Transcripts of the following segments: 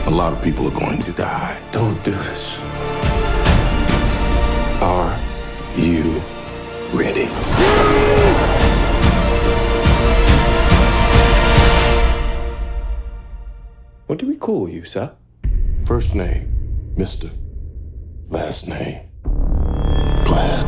A lot of people are going to die. Don't do this. Are you ready? What do we call you, sir? First name, Mr. Last name, Glass.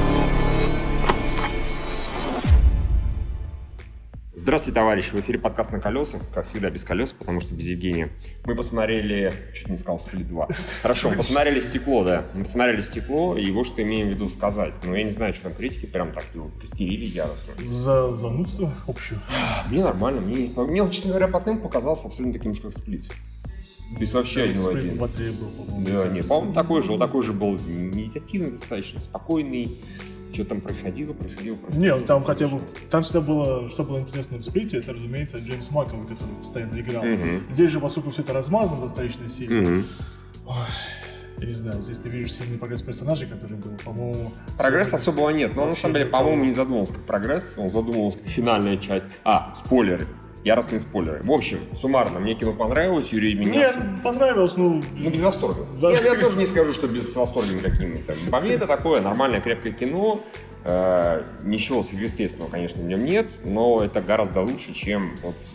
Здравствуйте, товарищи! В эфире подкаст «На колесах». Как всегда, без колес, потому что без Евгения. Мы посмотрели... Чуть не сказал «Сплит 2». Хорошо, мы посмотрели «Стекло», да. Мы посмотрели «Стекло», и вот что имеем в виду сказать. Но я не знаю, что там критики прям так костерили яростно. За занудство общее. Мне нормально. Мне, честно говоря, по темпу показался абсолютно таким же, как «Сплит». То есть вообще один в один. Батарея был, по-моему. Да, нет, по-моему, такой же был медитативный достаточно, спокойный. Что там происходило. Нет, там хотя бы... Там всегда было... Что было интересно в «Сплите», это, разумеется, Джеймс Макэвой, который постоянно играл. Здесь же, поскольку все это размазано достаточно сильно. Ой, я не знаю, здесь ты видишь сильный прогресс персонажей, который был, по-моему... Прогресса особого нет, но он, на самом деле, по-моему, не задумывался как прогресс, он задумывался как финальная часть. Спойлеры. Яростные спойлеры. В общем, суммарно, мне кино понравилось, Юрий меня... Мне понравилось, без восторга. Да. Я тоже не скажу, что без восторга какими-то. По мне это такое нормальное, крепкое кино. Ничего сверхъестественного, конечно, в нем нет, но это гораздо лучше, чем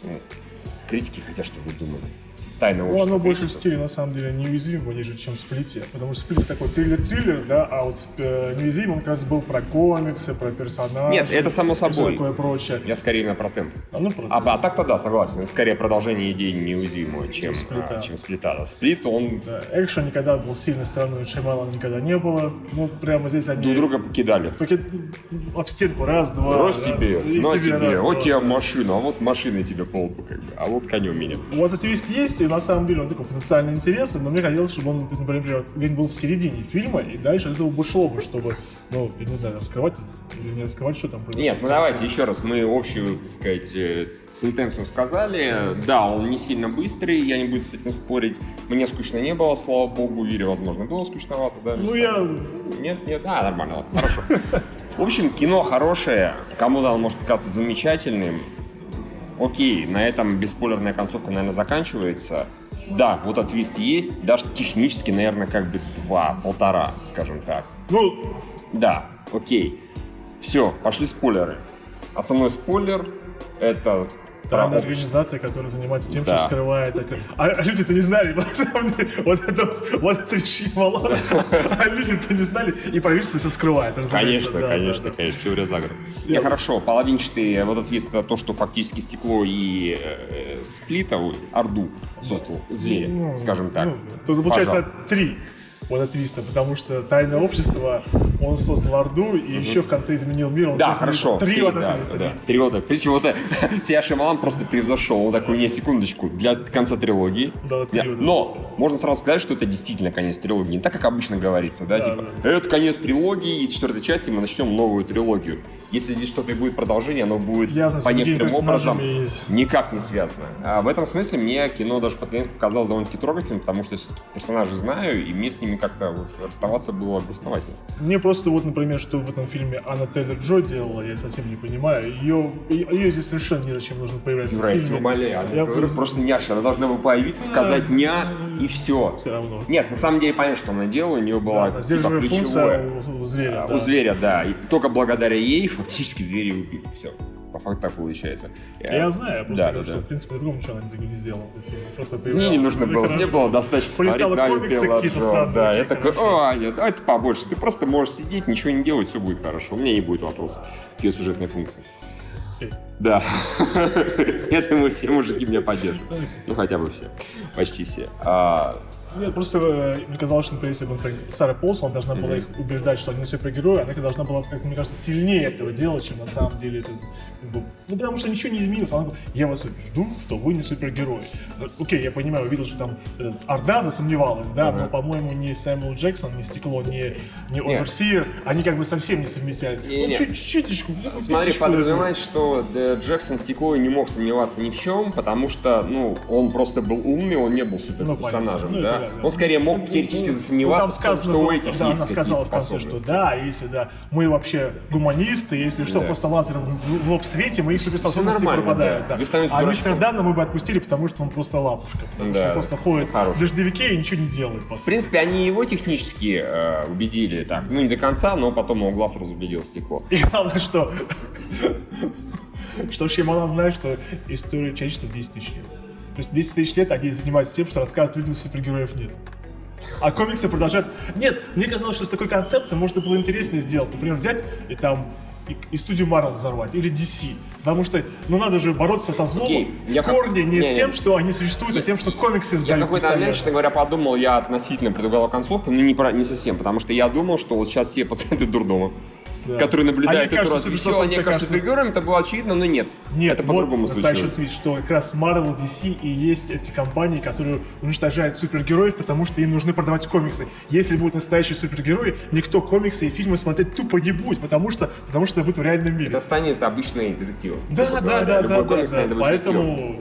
критики хотят, чтобы вы думали. Тайна общества. Оно больше в стиле, на самом деле, неуязвимого, нежели чем в «Сплите». Потому что «Сплит» такой триллер, да, а вот «Неуязвимый» он как раз был про комиксы, про персонажей. Нет, это само собой. Такое прочее. Я скорее именно про темп. А так-то да, согласен. Это скорее продолжение идеи «Неуязвимого», чем «Сплита». «Сплит», он... Да, экшен никогда был сильной стороной Шьямалана никогда не было. Ну, прямо здесь они... Друг друга покидали. Об стенку, раз, два, раз тебе, раз, вот тебе машина, а вот машина тебе по лбу, как бы, а вот конем меня. Вот этот твист есть, и на самом деле он такой потенциально интересный, но мне хотелось, чтобы он, например, где-нибудь был в середине фильма, и дальше этого бы шло бы, чтобы, я не знаю, раскрывать или не раскрывать, что там происходит. Нет, давайте еще раз, мы общую, так сказать, сентенцию сказали. Да, он не сильно быстрый, я не буду с этим спорить. Мне скучно не было, слава богу, Юре, возможно, было скучновато, да? Нет, нормально, ладно, хорошо. В общем, кино хорошее, кому-то оно может казаться замечательным. Окей, на этом бесспойлерная концовка, наверное, заканчивается. Да, вот этот твист есть, даже технически, наверное, как бы 2-1,5, скажем так. Да, окей. Все, пошли спойлеры. Основной спойлер — это... Тайная организация, которая занимается тем, что скрывает это. А люди-то не знали, на самом деле, вот это Шьямалан, а люди-то не знали, и правительство все скрывает, разумеется. Конечно, теория заговора. Хорошо, половинчатый вот ответ — то, что фактически «Стекло» и «Сплита», Орду создал зверя, скажем так. Тут получается 3 твиста, потому что «Тайное общество», он создал Орду и еще в конце изменил мир. Да, хорошо. 3 твиста. 3 Причем тебя Шьямалан просто превзошел. Он такой, не, секундочку, для конца трилогии. Но можно сразу сказать, что это действительно конец трилогии. Не так, как обычно говорится, да? Это конец трилогии, и в 4-й части мы начнем новую трилогию. Если здесь что-то и будет продолжение, оно будет по некоторым образом никак не связано. А в этом смысле мне кино даже под конец показалось довольно-таки трогательным, потому что я персонажей знаю, и мне с ними как-то расставаться было грустновательно. Мне просто например, что в этом фильме Анна Тейлор-Джой делала, я совсем не понимаю. Ее здесь совершенно незачем нужно появляться в фильме. Умоляю, просто няша, она должна была появиться, сказать «ня» и все. Все равно. Нет, на самом деле понятно, что она делала, у нее была сдерживая функция у зверя. У зверя, да. И только благодаря ей фактически звери убили. Все. По факту так получается. Я знаю, я просто говорю, что, в принципе, другому ничего она не сделала. Мне не нужно было, мне было достаточно смотреть на Тейлор-Джой. Да, я такой, Аня, это побольше. Ты просто можешь сидеть, ничего не делать, все будет хорошо. У меня не будет вопросов к ее сюжетной функции. Да. Я думаю, все мужики меня поддержат. Хотя бы все. Почти все. Нет, просто мне казалось, что, например, если бы, Сара Полсон должна была их убеждать, что они не супергерои, она должна была, как мне кажется, сильнее этого делать, чем на самом деле это... потому что ничего не изменилось. Она говорит, я вас убежду, что вы не супергерои. Окей, я понимаю, увидел, что там Орда засомневалась, да, но, по-моему, ни Сэмюэл Джексон, ни Стекло, ни Оверсир, они как бы совсем не совместяли. Чуть-чуть. Смотри, подразумевает, что Джексон Стекло не мог сомневаться ни в чем, потому что, он просто был умный, он не был суперперсонажем, да. Он скорее мог теоретически засомневаться, там сказано, что у этих да, есть она сказала в конце, что да, если да, мы вообще гуманисты, если что, просто лазером в лоб светим, и их суперспособности пропадают. Да. А мистера Дана мы бы отпустили, потому что он просто лапушка, потому что он просто ходит в дождевике и ничего не делает. В принципе, они его технически убедили, так, ну не до конца, но потом его глаз разубедил в стекло. И главное, что Шьямалан знает, что история человечества 10 тысяч лет. То есть 10 тысяч лет они занимаются тем, что рассказывают людям, что супергероев нет. А комиксы продолжают... Нет, мне казалось, что с такой концепцией можно было интереснее сделать. Например, взять и там и студию Marvel взорвать, или DC. Потому что, ну, надо же бороться со злом в корне не с тем, что они существуют, а тем, что комиксы издают. Я какой-то момент, честно говоря, подумал, я относительно предугадал концовку, но не совсем, потому что я думал, что вот сейчас все пациенты дурдома, которые наблюдают эту развеселую, они кажутся супергероями, это было очевидно, но нет. Нет, это по-другому вот настоящий твит, что как раз Marvel, DC и есть эти компании, которые уничтожают супергероев, потому что им нужны продавать комиксы. Если будут настоящие супергерои, никто комиксы и фильмы смотреть тупо не будет, потому что это будет в реальном мире. Это станет обычный детектив. Да. Поэтому...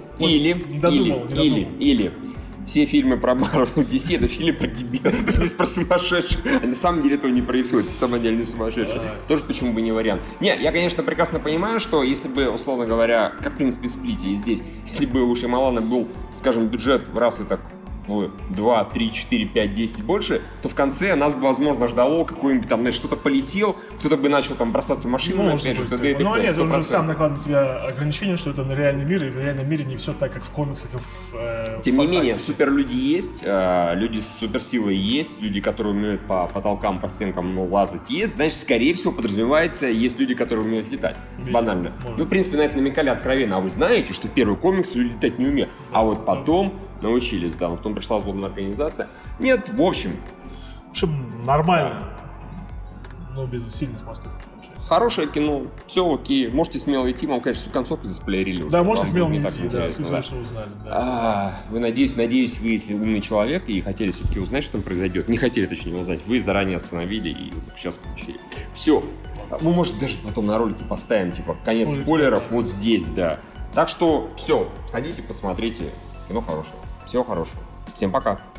Или все фильмы про Marvel и DC — это фильмы про дебилов, в смысле про сумасшедших. А на самом деле этого не происходит, это самом деле не сумасшедшие. Тоже почему бы не вариант. Не, я, конечно, прекрасно понимаю, что если бы, условно говоря, как в принципе в Сплите и здесь, если бы у Шьямалана был, скажем, бюджет в раз и так в 2, 3, 4, 5, 10 больше, то в конце нас бы, возможно, ждало какой-нибудь там, знаешь, кто-то полетел, кто-то бы начал там бросаться машинами, опять же, т.д. Но нет, он же сам накладывает на себя ограничение, что это на реальный мир, и в реальном мире не все так, как в комиксах и в Тем не менее, суперлюди есть, люди с суперсилой есть, люди, которые умеют по потолкам, по стенкам лазать есть, значит, скорее всего, подразумевается, есть люди, которые умеют летать. Банально. Ну, в принципе, на это намекали откровенно. А вы знаете, что в первый комикс люди летать не умеют, а вот потом научились, да, потом пришла злобная организация. Нет, в общем, нормально, но без сильных поступков. Хорошее кино, все окей, можете смело идти, вам, конечно, всю концовку заспойлерили. Да, можете смело не идти, да, все, что узнали. Да. Вы, надеюсь, вы, если умный человек и хотели все-таки узнать, что там произойдет, не хотели, точнее, узнать, вы заранее остановили и сейчас получили. Все, мы, может, даже потом на ролике поставим, типа, конец спойлеров вот здесь, да. Так что, все, ходите, посмотрите, кино хорошее. Всего хорошего. Всем пока.